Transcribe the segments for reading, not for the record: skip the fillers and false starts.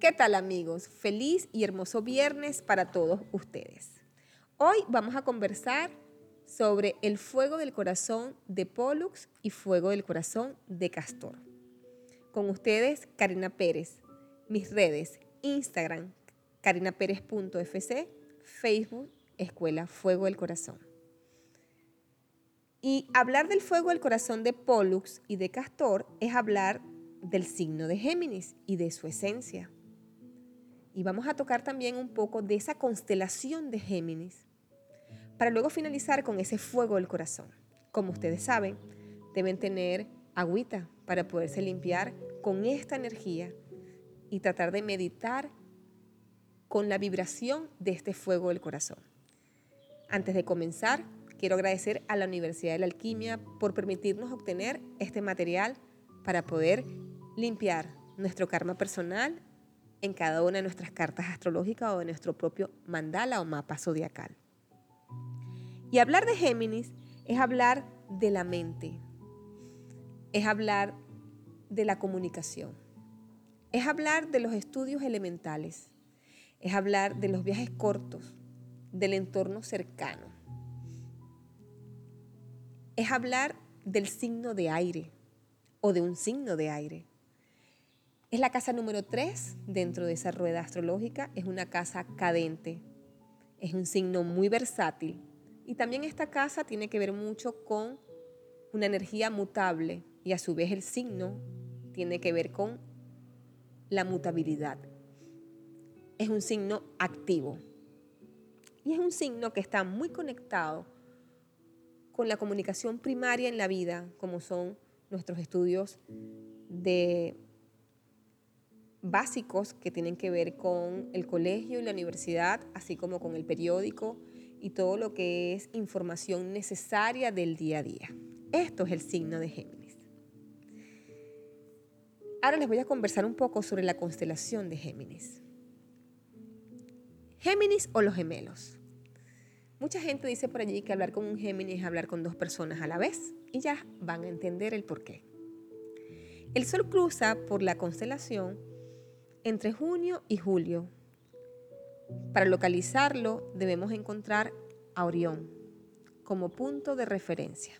¿Qué tal, amigos? Feliz y hermoso viernes para todos ustedes. Hoy vamos a conversar sobre el fuego del corazón de Pollux y fuego del corazón de Castor. Con ustedes, Karina Pérez. Mis redes, Instagram, karinaperez.fc, Facebook, Escuela Fuego del Corazón. Y hablar del fuego del corazón de Pollux y de Castor es hablar del signo de Géminis y de su esencia. Y vamos a tocar también un poco de esa constelación de Géminis, para luego finalizar con ese fuego del corazón. Como ustedes saben, deben tener agüita para poderse limpiar con esta energía y tratar de meditar con la vibración de este fuego del corazón. Antes de comenzar, quiero agradecer a la Universidad de la Alquimia por permitirnos obtener este material para poder limpiar nuestro karma personal en cada una de nuestras cartas astrológicas o de nuestro propio mandala o mapa zodiacal. Y hablar de Géminis es hablar de la mente, es hablar de la comunicación, es hablar de los estudios elementales, es hablar de los viajes cortos, del entorno cercano, es hablar del signo de aire o de un signo de aire. Es la casa número 3 dentro de esa rueda astrológica, es una casa cadente, es un signo muy versátil y también esta casa tiene que ver mucho con una energía mutable y a su vez el signo tiene que ver con la mutabilidad. Es un signo activo y es un signo que está muy conectado con la comunicación primaria en la vida, como son nuestros estudios básicos que tienen que ver con el colegio y la universidad, así como con el periódico y todo lo que es información necesaria del día a día. Esto es el signo de Géminis. Ahora les voy a conversar un poco sobre la constelación de Géminis. Géminis o los gemelos. Mucha gente dice por allí que hablar con un Géminis es hablar con dos personas a la vez y ya van a entender el porqué. El Sol cruza por la constelación entre junio y julio. Para localizarlo debemos encontrar a Orión como punto de referencia.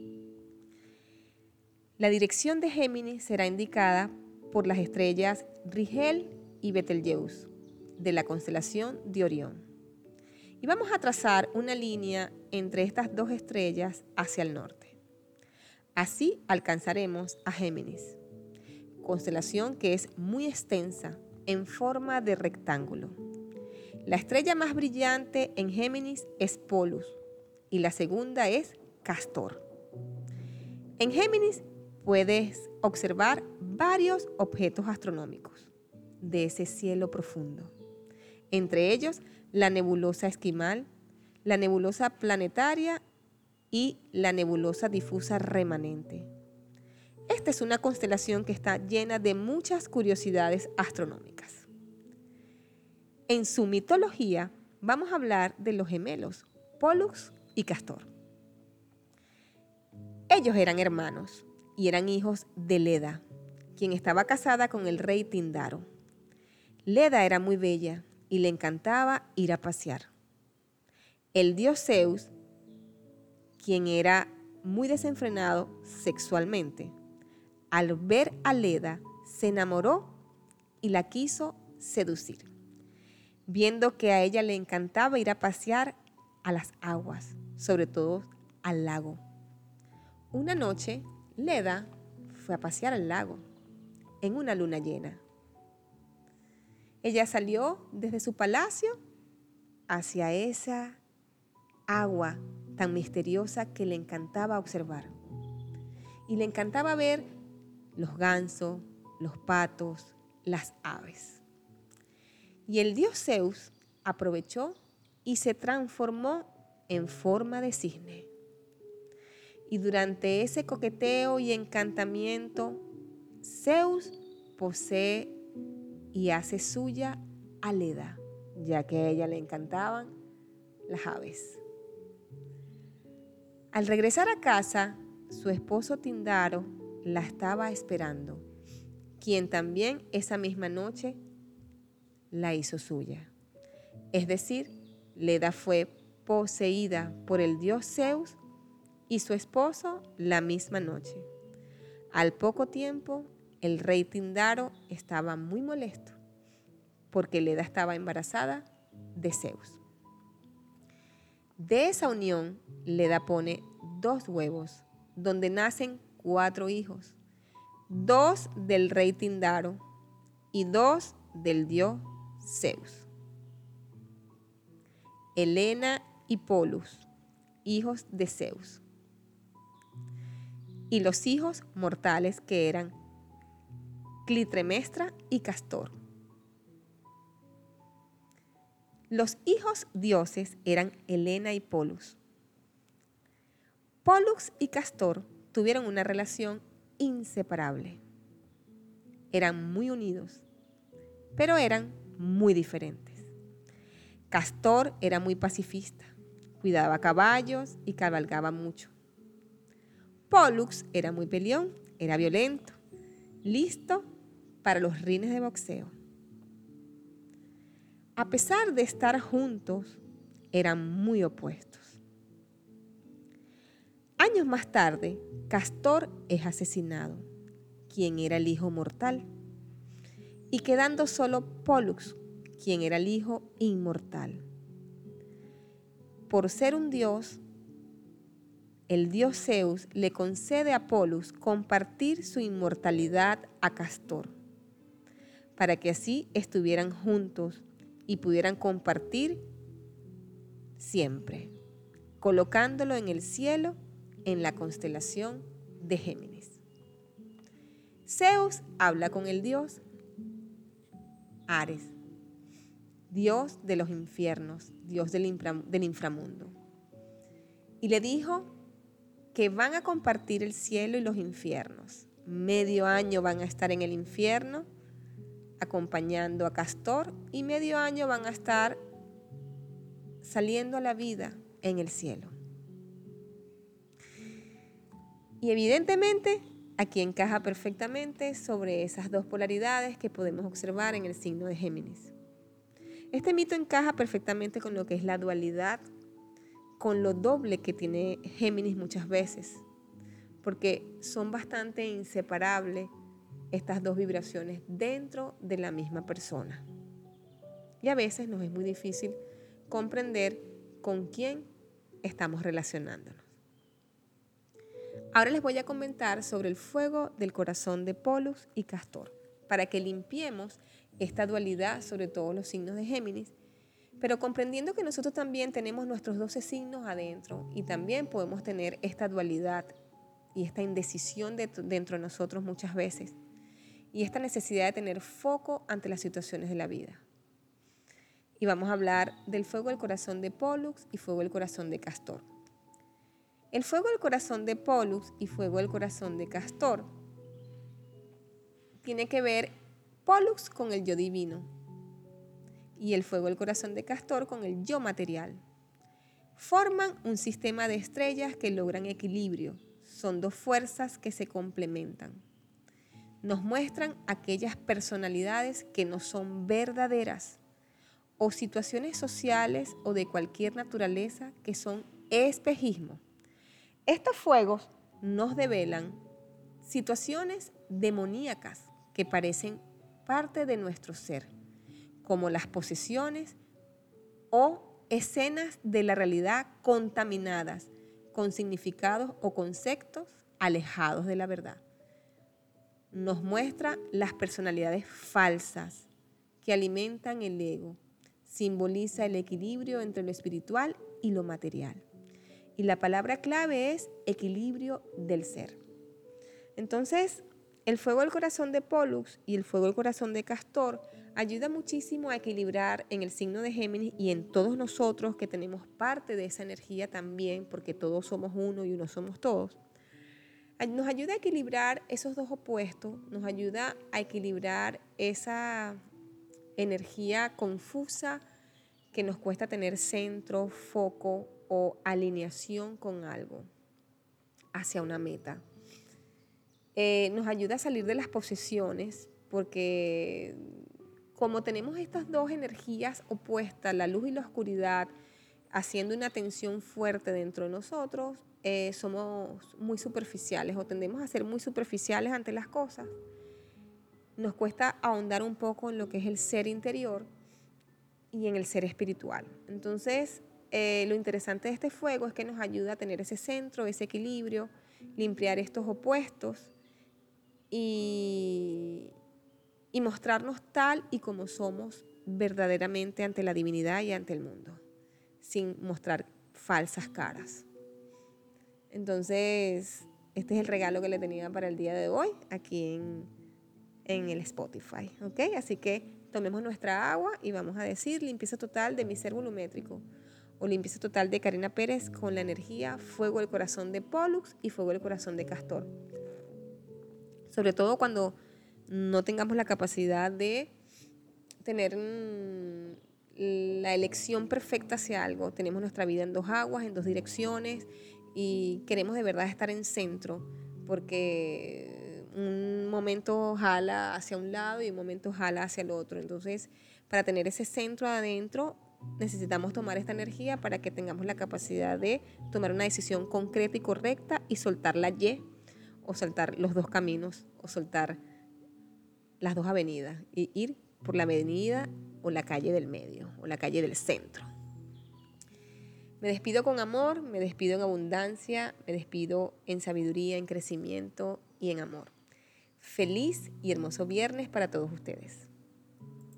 La dirección de Géminis será indicada por las estrellas Rigel y Betelgeuse de la constelación de Orión. Y vamos a trazar una línea entre estas dos estrellas hacia el norte. Así alcanzaremos a Géminis, constelación que es muy extensa en forma de rectángulo. La estrella más brillante en Géminis es Pollux y la segunda es Castor. En Géminis puedes observar varios objetos astronómicos de ese cielo profundo, entre ellos la nebulosa Esquimal, la nebulosa planetaria y la nebulosa difusa remanente. Esta es una constelación que está llena de muchas curiosidades astronómicas. En su mitología vamos a hablar de los gemelos, Pollux y Castor. Ellos eran hermanos y eran hijos de Leda, quien estaba casada con el rey Tindaro. Leda era muy bella y le encantaba ir a pasear. El dios Zeus, quien era muy desenfrenado sexualmente, al ver a Leda se enamoró y la quiso seducir, viendo que a ella le encantaba ir a pasear a las aguas, sobre todo al lago. Una noche, Leda fue a pasear al lago en una luna llena. Ella salió desde su palacio hacia esa agua tan misteriosa que le encantaba observar. Y le encantaba ver los gansos, los patos, las aves. Y el dios Zeus aprovechó y se transformó en forma de cisne. Y durante ese coqueteo y encantamiento, Zeus posee y hace suya a Leda, ya que a ella le encantaban las aves. Al regresar a casa, su esposo Tindaro la estaba esperando, quien también esa misma noche la hizo suya. Es decir, Leda fue poseída por el dios Zeus y su esposo la misma noche. Al poco tiempo, el rey Tindaro estaba muy molesto porque Leda estaba embarazada de Zeus. De esa unión, Leda pone 2 huevos, donde nacen 4 hijos, 2 del rey Tindaro y 2 del dios Zeus. Helena y Polus, hijos de Zeus. Y los hijos mortales que eran Clitemnestra y Castor. Los hijos dioses eran Helena y Polus. Polux y Castor tuvieron una relación inseparable. Eran muy unidos, pero eran muy diferentes. Castor era muy pacifista, cuidaba caballos y cabalgaba mucho. Pollux era muy peleón, era violento, listo para los rines de boxeo. A pesar de estar juntos, eran muy opuestos. Años más tarde, Castor es asesinado, quien era el hijo mortal, y quedando solo Pollux, quien era el hijo inmortal. Por ser un dios, el dios Zeus le concede a Pollux compartir su inmortalidad a Castor, para que así estuvieran juntos y pudieran compartir siempre, colocándolo en el cielo en la constelación de Géminis. Zeus habla con el dios Ares, dios de los infiernos, dios del inframundo, y le dijo que van a compartir el cielo y los infiernos. Medio año van a estar en el infierno acompañando a Castor y medio año van a estar saliendo a la vida en el cielo. Y evidentemente aquí encaja perfectamente sobre esas 2 polaridades que podemos observar en el signo de Géminis. Este mito encaja perfectamente con lo que es la dualidad, con lo doble que tiene Géminis muchas veces, porque son bastante inseparables estas 2 vibraciones dentro de la misma persona. Y a veces nos es muy difícil comprender con quién estamos relacionándonos. Ahora les voy a comentar sobre el fuego del corazón de Pollux y Castor, para que limpiemos esta dualidad sobre todos los signos de Géminis, pero comprendiendo que nosotros también tenemos nuestros 12 signos adentro y también podemos tener esta dualidad y esta indecisión dentro de nosotros muchas veces, y esta necesidad de tener foco ante las situaciones de la vida. Y vamos a hablar del fuego del corazón de Pollux y fuego del corazón de Castor. El fuego del corazón de Pollux y fuego del corazón de Castor tiene que ver Pollux con el yo divino y el fuego del corazón de Castor con el yo material. Forman un sistema de estrellas que logran equilibrio. Son 2 fuerzas que se complementan. Nos muestran aquellas personalidades que no son verdaderas o situaciones sociales o de cualquier naturaleza que son espejismo. Estos fuegos nos develan situaciones demoníacas que parecen parte de nuestro ser, como las posesiones o escenas de la realidad contaminadas con significados o conceptos alejados de la verdad. Nos muestra las personalidades falsas que alimentan el ego, simboliza el equilibrio entre lo espiritual y lo material. Y la palabra clave es equilibrio del ser. Entonces, el fuego del corazón de Pollux y el fuego del corazón de Castor ayuda muchísimo a equilibrar en el signo de Géminis y en todos nosotros que tenemos parte de esa energía también, porque todos somos uno y uno somos todos. Nos ayuda a equilibrar esos 2 opuestos, nos ayuda a equilibrar esa energía confusa que nos cuesta tener centro, foco o alineación con algo hacia una meta. Nos ayuda a salir de las posesiones porque como tenemos estas dos energías opuestas, la luz y la oscuridad, haciendo una tensión fuerte dentro de nosotros, somos muy superficiales o tendemos a ser muy superficiales ante las cosas. Nos cuesta ahondar un poco en lo que es el ser interior y en el ser espiritual. Entonces, lo interesante de este fuego es que nos ayuda a tener ese centro, ese equilibrio, limpiar estos opuestos y mostrarnos tal y como somos verdaderamente ante la divinidad y ante el mundo, sin mostrar falsas caras. Entonces, este es el regalo que le tenía para el día de hoy aquí en el Spotify, ¿ok? Así que tomemos nuestra agua y vamos a decir limpieza total de mi ser volumétrico o limpieza total de Karina Pérez con la energía fuego del corazón de Pollux y fuego del corazón de Castor. Sobre todo cuando no tengamos la capacidad de tener la elección perfecta hacia algo. Tenemos nuestra vida en dos aguas, en dos direcciones y queremos de verdad estar en centro porque un momento jala hacia un lado y un momento jala hacia el otro. Entonces, para tener ese centro adentro, necesitamos tomar esta energía para que tengamos la capacidad de tomar una decisión concreta y correcta y soltar la Y o saltar los dos caminos o soltar las dos avenidas y ir por la avenida o la calle del medio o la calle del centro. Me despido con amor, me despido en abundancia, me despido en sabiduría, en crecimiento y en amor. Feliz y hermoso viernes para todos ustedes.